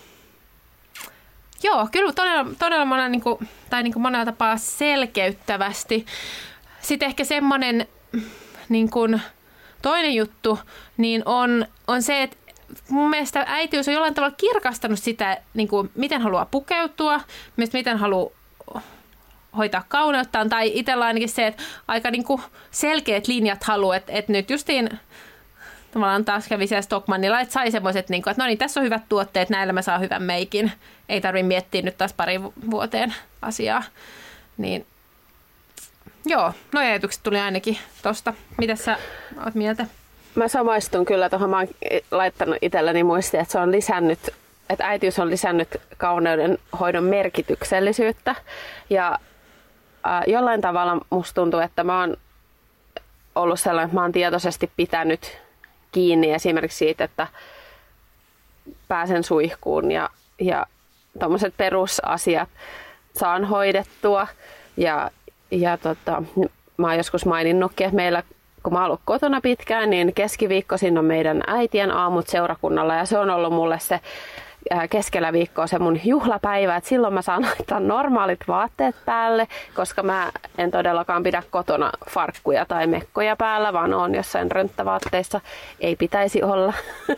joo, kyllä todella monella, niin kuin, tai niin kuin monella tapaa selkeyttävästi. Sitten ehkä semmoinen niin kuin toinen juttu niin on se, että mun mielestä äitiys on jollain tavalla kirkastanut sitä, niin kuin, miten haluaa pukeutua, miten haluaa hoitaa kauneuttaan, tai itsellä ainakin se, että aika niin kuin selkeät linjat haluaa, että nyt justiin tavallaan taas kävi siellä Stockmannilla, että sai semmoiset, että no niin, tässä on hyvät tuotteet, näillä mä saan hyvän meikin. Ei tarvitse miettiä nyt taas pari vuoteen asiaa. Niin joo, nuo ajatukset tuli ainakin tosta. Mitäs sä oot mieltä? Mä samaistun kyllä tuohon. Mä oon laittanut itselleni muistia, että se on lisännyt, että äitiys on lisännyt kauneuden hoidon merkityksellisyyttä. Ja jollain tavalla musta tuntuu, että mä oon ollut sellainen, että mä oon tietoisesti pitänyt kiinni esimerkiksi siitä, että pääsen suihkuun ja tommoset perusasiat saan hoidettua. Ja mä oon joskus maininnutkin, että meillä, kun mä oon ollut kotona pitkään, niin keskiviikkoisin on meidän äitien aamut seurakunnalla ja se on ollut mulle se keskellä viikkoa se mun juhlapäivä, että silloin mä saan laittaa normaalit vaatteet päälle, koska mä en todellakaan pidä kotona farkkuja tai mekkoja päällä, vaan on jossain rönttävaatteissa. Ei pitäisi olla.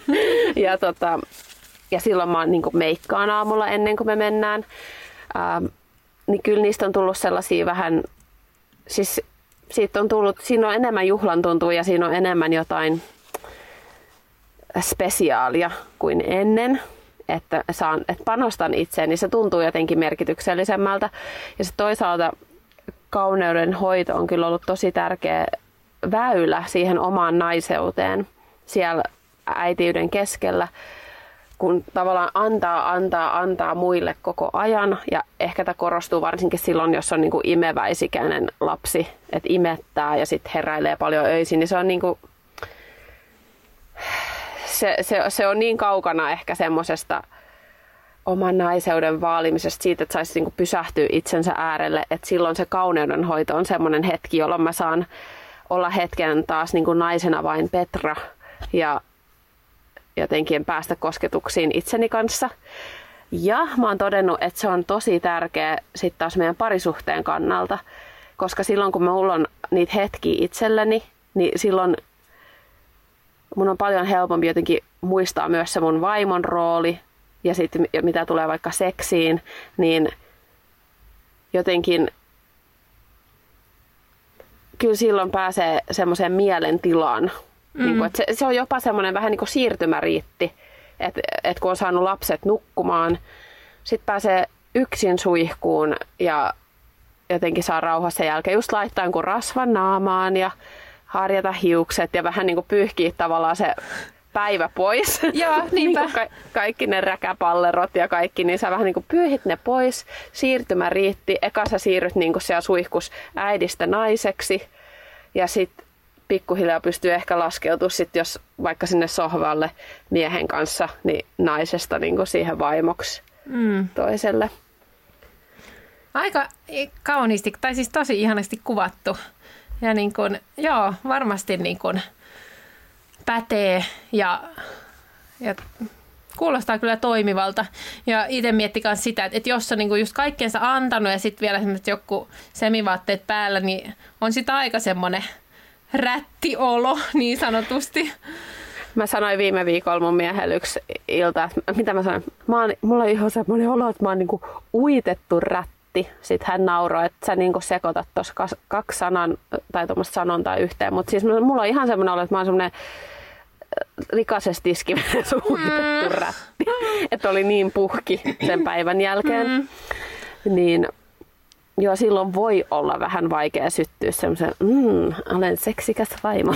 Ja silloin mä niin kuin meikkaan aamulla ennen kuin me mennään. Niin kyllä niistä on tullut sellaisia vähän, siis siinä on enemmän juhlan tuntua ja siinä on enemmän jotain spesiaalia kuin ennen. Että panostan itseeni, niin se tuntuu jotenkin merkityksellisemmältä. Ja se toisaalta kauneuden hoito on kyllä ollut tosi tärkeä väylä siihen omaan naiseuteen siellä äitiyden keskellä, kun tavallaan antaa muille koko ajan. Ja ehkä tämä korostuu varsinkin silloin, jos on niin kuin imeväisikäinen lapsi, että imettää ja sitten heräilee paljon öisin, niin se on niin kuin se on niin kaukana ehkä semmoisesta oman naiseuden vaalimisesta siitä, että saisi niinku pysähtyä itsensä äärelle, että silloin se kauneudenhoito on semmoinen hetki, jolloin mä saan olla hetken taas niinku naisena vain Petra ja jotenkin päästä kosketuksiin itseni kanssa. Ja mä oon todennut, että se on tosi tärkeä sitten taas meidän parisuhteen kannalta, koska silloin kun mulla on niitä hetkiä itselleni, niin silloin mun on paljon helpompi jotenkin muistaa myös se mun vaimon rooli ja sitten mitä tulee vaikka seksiin, niin jotenkin kyllä silloin pääsee semmoiseen mielentilaan. Niin kuin, että se on jopa semmoinen vähän niin kuin siirtymäriitti, että kun on saanut lapset nukkumaan, sitten pääsee yksin suihkuun ja jotenkin saa rauhassa sen jälkeen just laittaa jonkun rasvan naamaan ja harjata hiukset ja vähän niin kuin pyyhkiä tavallaan se päivä pois. Joo, niinpä. Niin kaikki ne räkäpallerot ja kaikki, niin sä vähän niin kuin pyyhit ne pois. Siirtymä riitti. Eka sä siirryt niin kuin siellä suihkus äidistä naiseksi ja sitten pikkuhiljaa pystyy ehkä laskeutumaan sit, jos vaikka sinne sohvalle miehen kanssa, niin naisesta niin kuin siihen vaimoksi toiselle. Aika kauniisti, tai siis tosi ihanasti kuvattu. Ja niin kun, joo, varmasti niin kun pätee ja kuulostaa kyllä toimivalta. Ja itse mietin myös sitä, että jos on niin kun just kaikkeensa antanut ja sitten vielä sellaiset joku semivaatteet päällä, niin on sitä aika semmoinen rättiolo niin sanotusti. Mä sanoin viime viikolla mun miehelle yksi ilta, että mitä mä sanoin, mulla on ihan semmoinen olo, että mä oon niinku uitettu rätti. Sitten hän nauroi, että sä niinku sekoitat tuossa kaksi sanan tai tuommoista sanontaa yhteen. Mutta siis mulla on ihan semmoinen olo, että mä oon semmoinen likaisesti iskimäinen uitettu rätti. Että oli niin puhki sen päivän jälkeen. Niin joo, silloin voi olla vähän vaikea syttyä semmoisen, olen seksikäs vaimo.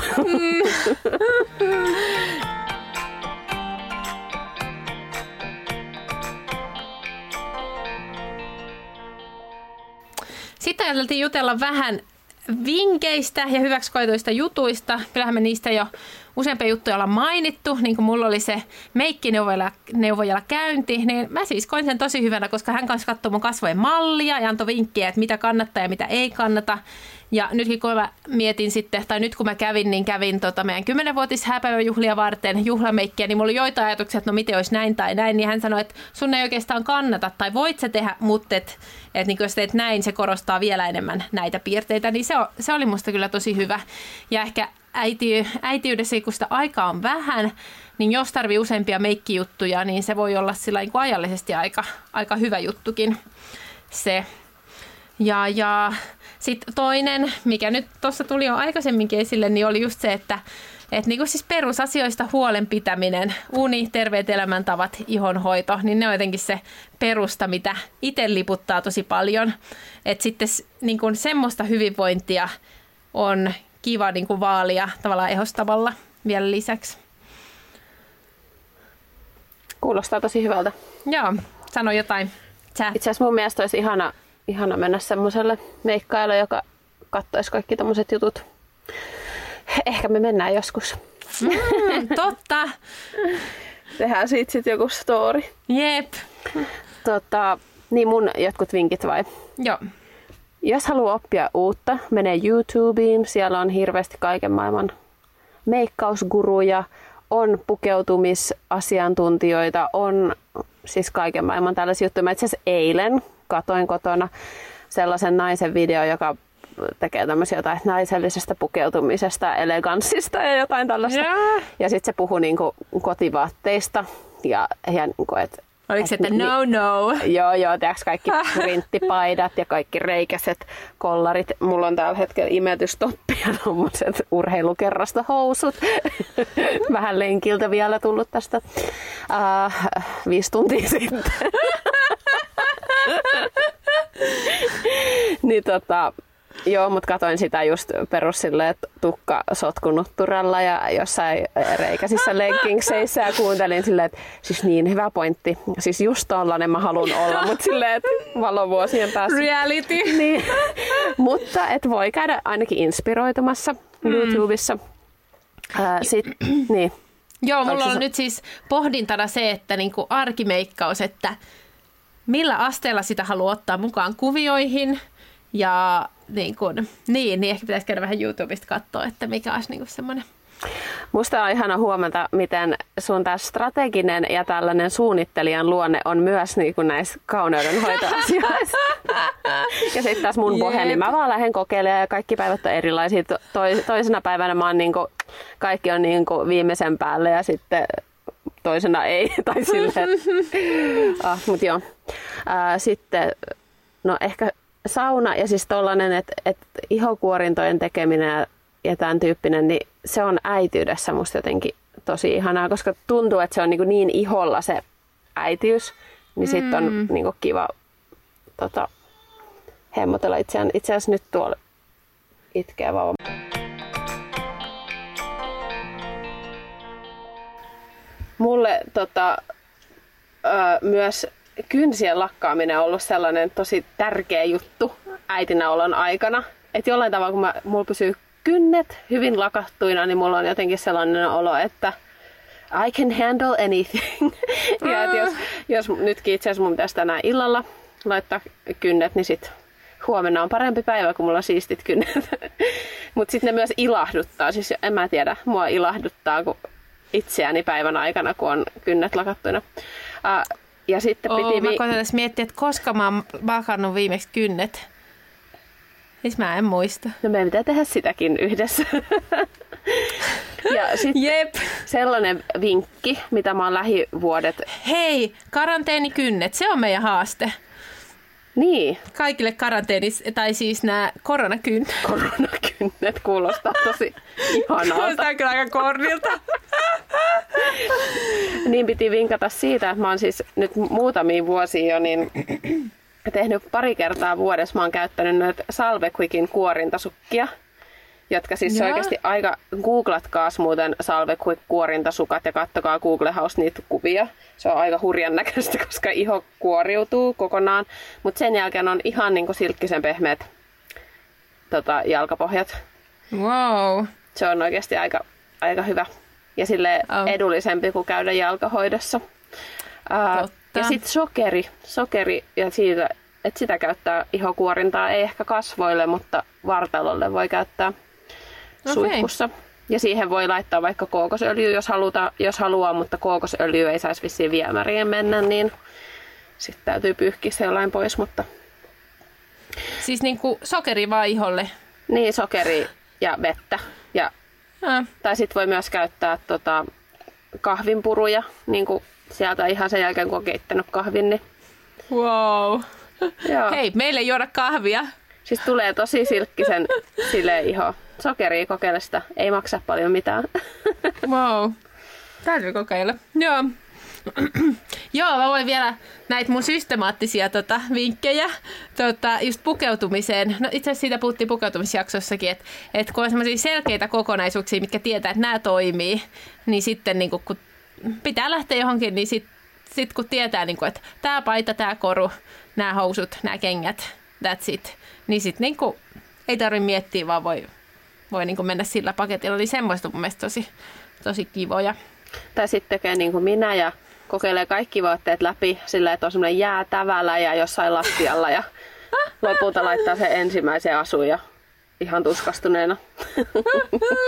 Sitten ajateltiin jutella vähän vinkkeistä ja hyväksi koetuista jutuista. Kyllähän me niistä jo useampia juttuja ollaan mainittu, niin kuin mulla oli se meikkineuvojalla käynti, niin mä siis koin sen tosi hyvänä, koska hän kanssa katsoi mun kasvojen mallia ja antoi vinkkejä, että mitä kannattaa ja mitä ei kannata. Ja nytkin kun mä mietin sitten, tai nyt kun mä kävin, niin kävin meidän 10-vuotishääpäiväjuhlia varten juhlameikkiä, niin mulla oli joitain ajatuksia, että no miten olisi näin tai näin, niin hän sanoi, että sun ei oikeastaan kannata, tai voit sä tehdä, mutta että niin jos teet näin, se korostaa vielä enemmän näitä piirteitä, niin se oli musta kyllä tosi hyvä. Ja ehkä äitiydessä, kun sitä aikaa on vähän, niin jos tarvii useampia meikkijuttuja, niin se voi olla sillä niin kuin ajallisesti aika hyvä juttukin se. Ja sitten toinen, mikä nyt tuossa tuli jo aikaisemminkin esille, niin oli just se, että niin kuin siis perusasioista huolen pitäminen, uni, terveet elämäntavat, ihonhoito, niin ne on jotenkin se perusta, mitä itse liputtaa tosi paljon. Että sitten niin kuin semmoista hyvinvointia on kiva niin kuin vaalia tavallaan ehostavalla vielä lisäksi. Kuulostaa tosi hyvältä. Joo, sano jotain. Itse asiassa mun mielestä olisi ihana mennä semmoiselle meikkailulle, joka katsoisi kaikki tommoset jutut. Ehkä me mennään joskus. Totta. Tehdään siitä sitten joku story. Jep. Niin mun jotkut vinkit vai? Joo. Jos haluaa oppia uutta, menee YouTubeen. Siellä on hirveästi kaiken maailman meikkausguruja, on pukeutumisasiantuntijoita, on siis kaiken maailman tällaisia juttuja. Mä itse asiassa eilen katoin kotona sellaisen naisen video, joka tekee tämmöisiä jotain naisellisesta pukeutumisesta, eleganssista ja jotain tällaista. Yeah. Ja sitten se puhui niinku kotivaatteista ja niinku, että oliko se, että no? Joo, tiiäks kaikki printtipaidat ja kaikki reikäiset kollarit. Mulla on tällä hetkellä imetystoppi ja tommoset urheilukerrasta housut. Vähän lenkiltä vielä tullut tästä 5 tuntia sitten. Niin joo, mutta katoin sitä just perus silleen, että tukka sotkunutturalla ja jossain reikäisissä leggingseissä ja kuuntelin silleen, että siis niin hyvä pointti. Siis just tollanen mä haluan olla, mutta silleen, että valovuosien päässä. Reality. Niin. Mutta et voi käydä ainakin inspiroitumassa YouTubessa. Niin. Joo, mulla on nyt siis pohdintana se, että niinku arkimeikkaus, että millä asteella sitä haluaa ottaa mukaan kuvioihin. Ja niin ehkä pitäisi käydä vähän YouTubesta katsoa, että mikä olisi niinku semmoinen. Musta on ihana huomata, miten sun tää strateginen ja tällainen suunnittelijan luonne on myös niinku näissä kauneudenhoitoasioissa. Ja sitten taas mun bohemi, mä vaan lähden kokeilemaan ja kaikki päivät on erilaisia. Toisena päivänä mä oon niinku, kaikki on niinku viimeisen päälle ja sitten toisena ei. Tai silleen. Mut joo. Sitten, no ehkä sauna ja siis tollanen, että ihokuorintojen tekeminen ja tämän tyyppinen, niin se on äitiydessä musta jotenkin tosi ihanaa, koska tuntuu, että se on niin iholla se äitiys, niin sitten on niin kiva hemmotella itseään. Itse asiassa nyt tuolla itkee vauva. Mulle myös kynsien lakkaaminen on ollut sellainen tosi tärkeä juttu äitinäolon aikana. Että jollain tavalla, kun mulla pysyy kynnet hyvin lakattuina, niin mulla on jotenkin sellainen olo, että I can handle anything. Ja että jos nytkin itse asiassa mun pitäisi tänään illalla laittaa kynnet, niin sit huomenna on parempi päivä, kun mulla on siistit kynnet. Mutta sitten ne myös ilahduttaa. Siis en mä tiedä, mua ilahduttaa kun itseäni päivän aikana, kun on kynnet lakattuina. Ja sitten mä koitan tässä miettiä, että koska mä oon makannut viimeksi kynnet. Siis mä en muista. No meidän pitää tehdä sitäkin yhdessä. Ja sitten sellainen vinkki, mitä mä oon lähivuodet. Hei, karanteenikynnet, se on meidän haaste. Niin. Kaikille karanteenis, tai siis nämä koronakynnet. Koronakynnet kuulostaa tosi ihanalta. Kuulostaa kyllä aika kornilta. Niin piti vinkata siitä, että mä oon siis nyt muutamia vuosia jo niin tehnyt pari kertaa vuodessa. Mä oon käyttänyt noita Salve Quickin kuorintasukkia, jotka siis oikeasti aika, googlatkaas muuten Salve Quick kuorintasukat ja kattokaa Google House niitä kuvia. Se on aika hurjan näköistä, koska iho kuoriutuu kokonaan, mutta sen jälkeen on ihan niinku silkkisen pehmeät jalkapohjat. Wow. Se on oikeasti aika hyvä ja sille edullisempi kuin käydä jalkahoidossa. Ja sitten sokeri ja siitä, että sitä käyttää ihokuorintaa, ei ehkä kasvoille, mutta vartalolle voi käyttää suihkussa. Ja siihen voi laittaa vaikka kookosöljy, jos haluaa, mutta kookosöljy ei saisi vissiin viemäriin mennä, niin sitten täytyy pyyhkiä se jollain pois. Mutta... Siis niinku sokeri vaan iholle? Niin, sokeri ja vettä. Tai sitten voi myös käyttää kahvinpuruja, niin kuin sieltä ihan sen jälkeen, kun on keittänyt kahvin. Niin... Wow. Joo. Hei, meille ei juoda kahvia. Siis tulee tosi silkkisen silleen iho. Sokeria kokeile sitä. Ei maksa paljon mitään. Wow. Täytyy kokeilla. Joo. Joo, mä voin vielä näitä mun systemaattisia vinkkejä just pukeutumiseen. No itse asiassa siitä puhuttiin pukeutumisjaksossakin, että kun on semmoisia selkeitä kokonaisuuksia, mitkä tietää, että nämä toimii, niin sitten niin kun pitää lähteä johonkin, niin sit kun tietää, niin kun, että tämä paita, tämä koru, nämä housut, nämä kengät, that's it, niin sitten niin ei tarvitse miettiä, vaan voi niin kun mennä sillä paketilla. Eli semmoista on mun mielestä tosi kivoja. Tai sitten tekee niin kuin minä ja kokeilee kaikki vaatteet läpi sillä, että on semmoinen jäätävälä ja jossain lattialla ja lopulta laittaa sen ensimmäisen asuun ja ihan tuskastuneena.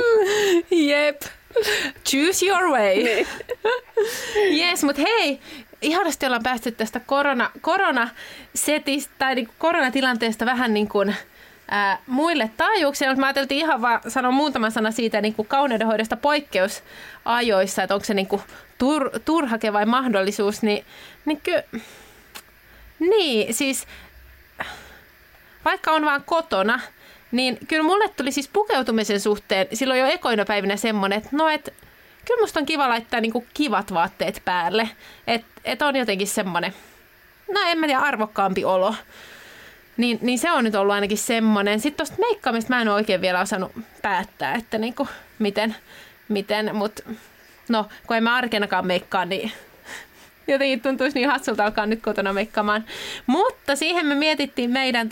Jep. Choose your way. Niin. Yes, mutta hei, ihanasti ollaan päästy tästä koronasetistä tai niin koronatilanteesta vähän niin kuin muille taajuuksille, mutta mä ajateltiin ihan vaan sanoa muutama sana siitä niin kuin kauneudenhoidosta poikkeusajoissa, että onko se niin kuin turhake vai mahdollisuus, niin siis vaikka on vaan kotona, niin kyllä mulle tuli siis pukeutumisen suhteen silloin jo ekoina päivinä semmoinen, että kyllä musta on kiva laittaa niinku kivat vaatteet päälle, että on jotenkin semmoinen, en mä tiedä, arvokkaampi olo. Niin se on nyt ollut ainakin semmoinen. Sitten tuosta meikkaamista mä en ole oikein vielä osannut päättää, että niinku, miten, mutta kun en mä arkenakaan meikkaa, niin jotenkin tuntuisi niin hassulta alkaa nyt kotona meikkaamaan. Mutta siihen me mietittiin meidän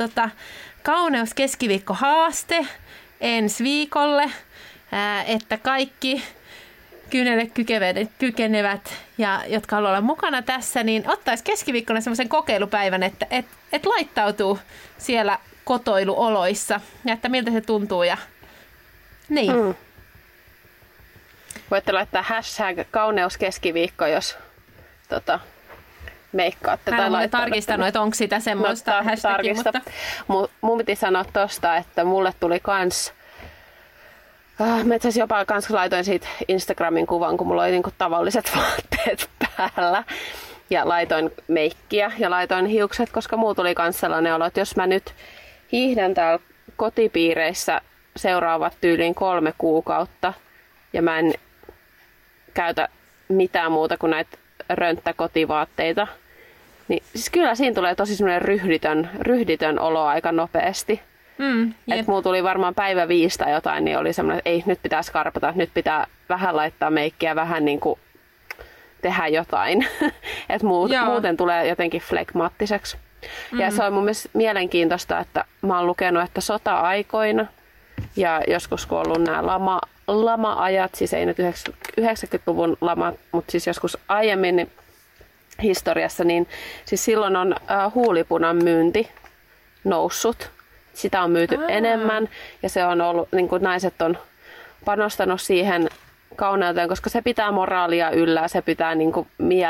kauneuskeskiviikkohaaste ensi viikolle, että kaikki kyynelle kykenevät ja jotka haluaa olla mukana tässä, niin ottaisi keskiviikkona semmoisen kokeilupäivän, että laittautuu siellä kotoiluoloissa ja että miltä se tuntuu. Ja niin. Voitte laittaa #kauneuskeskiviikko, jos meikkaatte. Hän on tarkistanut, että onko sitä semmoista hashtagia. Mutta mun piti sanoa tosta, että mulle tuli kans mä itse asiassa jopa kans laitoin siitä Instagramin kuvan, kun mulla oli niinku tavalliset vaatteet päällä. Ja laitoin meikkiä ja laitoin hiukset, koska muu tuli kans sellainen olo, että jos mä nyt hiihdän täällä kotipiireissä seuraavat tyyliin 3 kuukautta ja mä en käytä mitään muuta kuin näitä rönttäkotivaatteita, niin siis kyllä siinä tulee tosi semmoinen ryhditön olo aika nopeasti. Että mulla tuli varmaan päivä 5 tai jotain, niin oli semmoinen, että ei, nyt pitää skarpata, nyt pitää vähän laittaa meikkiä, vähän niin kuin tehdä jotain. Että muuten tulee jotenkin flegmaattiseksi. Ja se on mun mielestä mielenkiintoista, että mä oon lukenut, että sota-aikoina ja joskus kun on ollut nämä lama-ajat, siis ei nyt 90-luvun lama, mutta siis joskus aiemmin historiassa, niin siis silloin on huulipunan myynti noussut. Sitä on myyty enemmän ja se on ollut, niin kuin naiset on panostanut siihen kauneuteen, koska se pitää moraalia yllä, se pitää niin kuin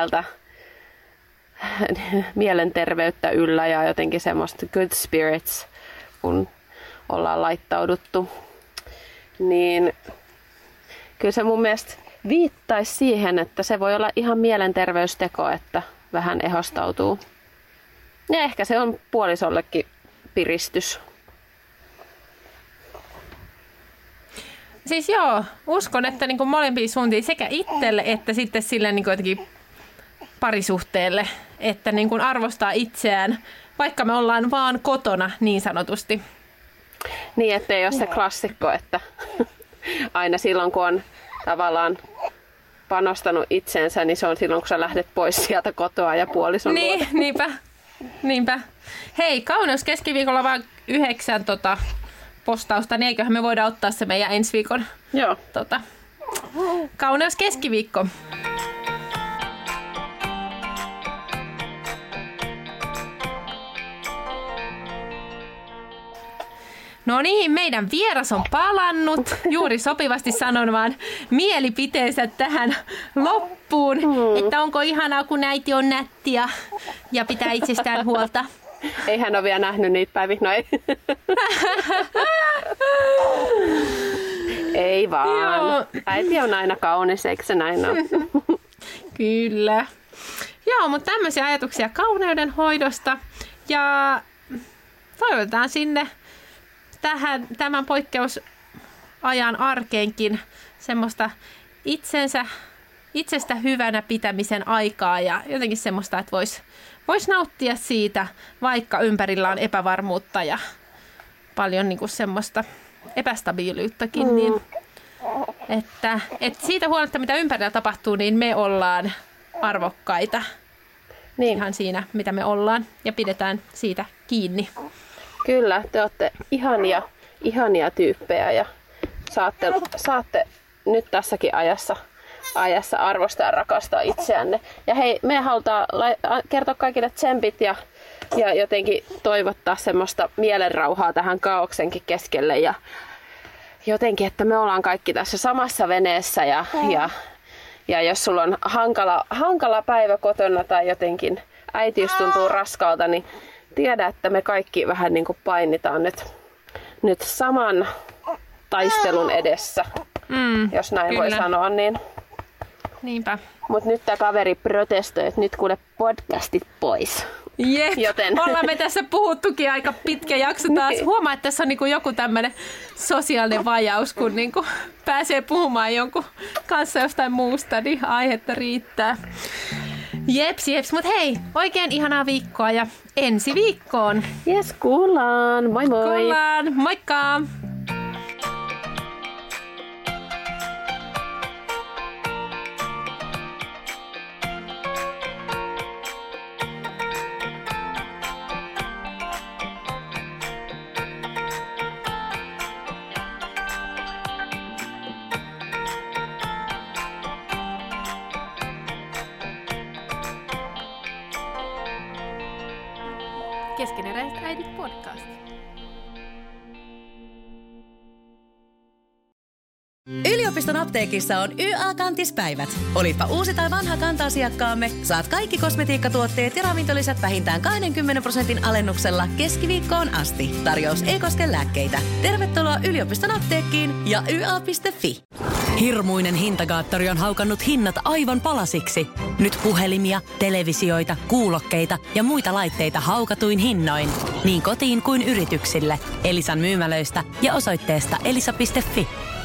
mielenterveyttä yllä ja jotenkin semmoista good spirits, kun ollaan laittauduttu. Niin kyllä se mun mielestä viittaisi siihen, että se voi olla ihan mielenterveysteko, että vähän ehostautuu. Ja ehkä se on puolisollekin piristys. Siis joo, uskon, että niin kuin molempiin suuntiin sekä itselle että sitten sille niin kuin jotenkin parisuhteelle, että niin kuin arvostaa itseään, vaikka me ollaan vaan kotona niin sanotusti. Niin, ettei ole se klassikko, että aina silloin kun on tavallaan panostanut itseensä, niin se on silloin kun sä lähdet pois sieltä kotoa ja puolison luota. Niinpä. Hei, kauneus keskiviikolla vaan 9 postausta, niin eiköhän me voida ottaa se meidän ensi viikon kauneus keskiviikko. No niin, meidän vieras on palannut juuri sopivasti sanomaan mielipiteensä tähän loppuun, että onko ihanaa, kun äiti on nättiä ja pitää itsestään huolta. Ei hän ole vielä nähnyt niitä päiviä, no ei. Ei vaan. Joo. Äiti on aina kaunis, eikö se näin ole? Kyllä. Joo, mutta tämmöisiä ajatuksia kauneuden hoidosta ja toivotetaan sinne tämän poikkeusajan arkeenkin semmoista itsestä hyvänä pitämisen aikaa ja jotenkin semmoista, että vois nauttia siitä, vaikka ympärillä on epävarmuutta ja paljon niin kuin semmoista epästabiiliuttakin. Niin, että siitä huolimatta, mitä ympärillä tapahtuu, niin me ollaan arvokkaita ihan siinä, mitä me ollaan ja pidetään siitä kiinni. Kyllä, te olette ihania tyyppejä ja saatte nyt tässäkin ajassa arvostaa ja rakastaa itseänne. Ja hei, me halutaan kertoa kaikille tsempit ja jotenkin toivottaa semmoista mielenrauhaa tähän kaaoksenkin keskelle. Ja jotenkin, että me ollaan kaikki tässä samassa veneessä ja Ja jos sulla on hankala päivä kotona tai jotenkin äitiys tuntuu raskalta, niin tiedä, että me kaikki vähän niin kuin painitaan nyt saman taistelun edessä, jos näin kyllä. voi sanoa. Niin. Niinpä. Mutta nyt tämä kaveri protestoi, että nyt kuule podcastit pois. Jep, Joten. ollaan me tässä puhuttukin aika pitkä jakso taas. Huomaa, että tässä on niinku joku tämmöinen sosiaalinen vajaus, kun niinku pääsee puhumaan jonkun kanssa jostain muusta, niin aihetta riittää. Jeps, mutta hei, oikein ihanaa viikkoa ja ensi viikkoon. Jes, kuullaan. Moi moi. Kuullaan, moikka! Keskeneräiset äidit podcast. Yliopiston apteekissa on YA-kantispäivät. Olipa uusi tai vanha kanta-asiakkaamme, saat kaikki kosmetiikkatuotteet ja ravintolisät vähintään 20% alennuksella keskiviikkoon asti. Tarjous ei koske lääkkeitä. Tervetuloa yliopiston apteekkiin ja YA.fi. Hirmuinen hintakaattori on haukannut hinnat aivan palasiksi. Nyt puhelimia, televisioita, kuulokkeita ja muita laitteita haukatuin hinnoin. Niin kotiin kuin yrityksille. Elisan myymälöistä ja osoitteesta elisa.fi.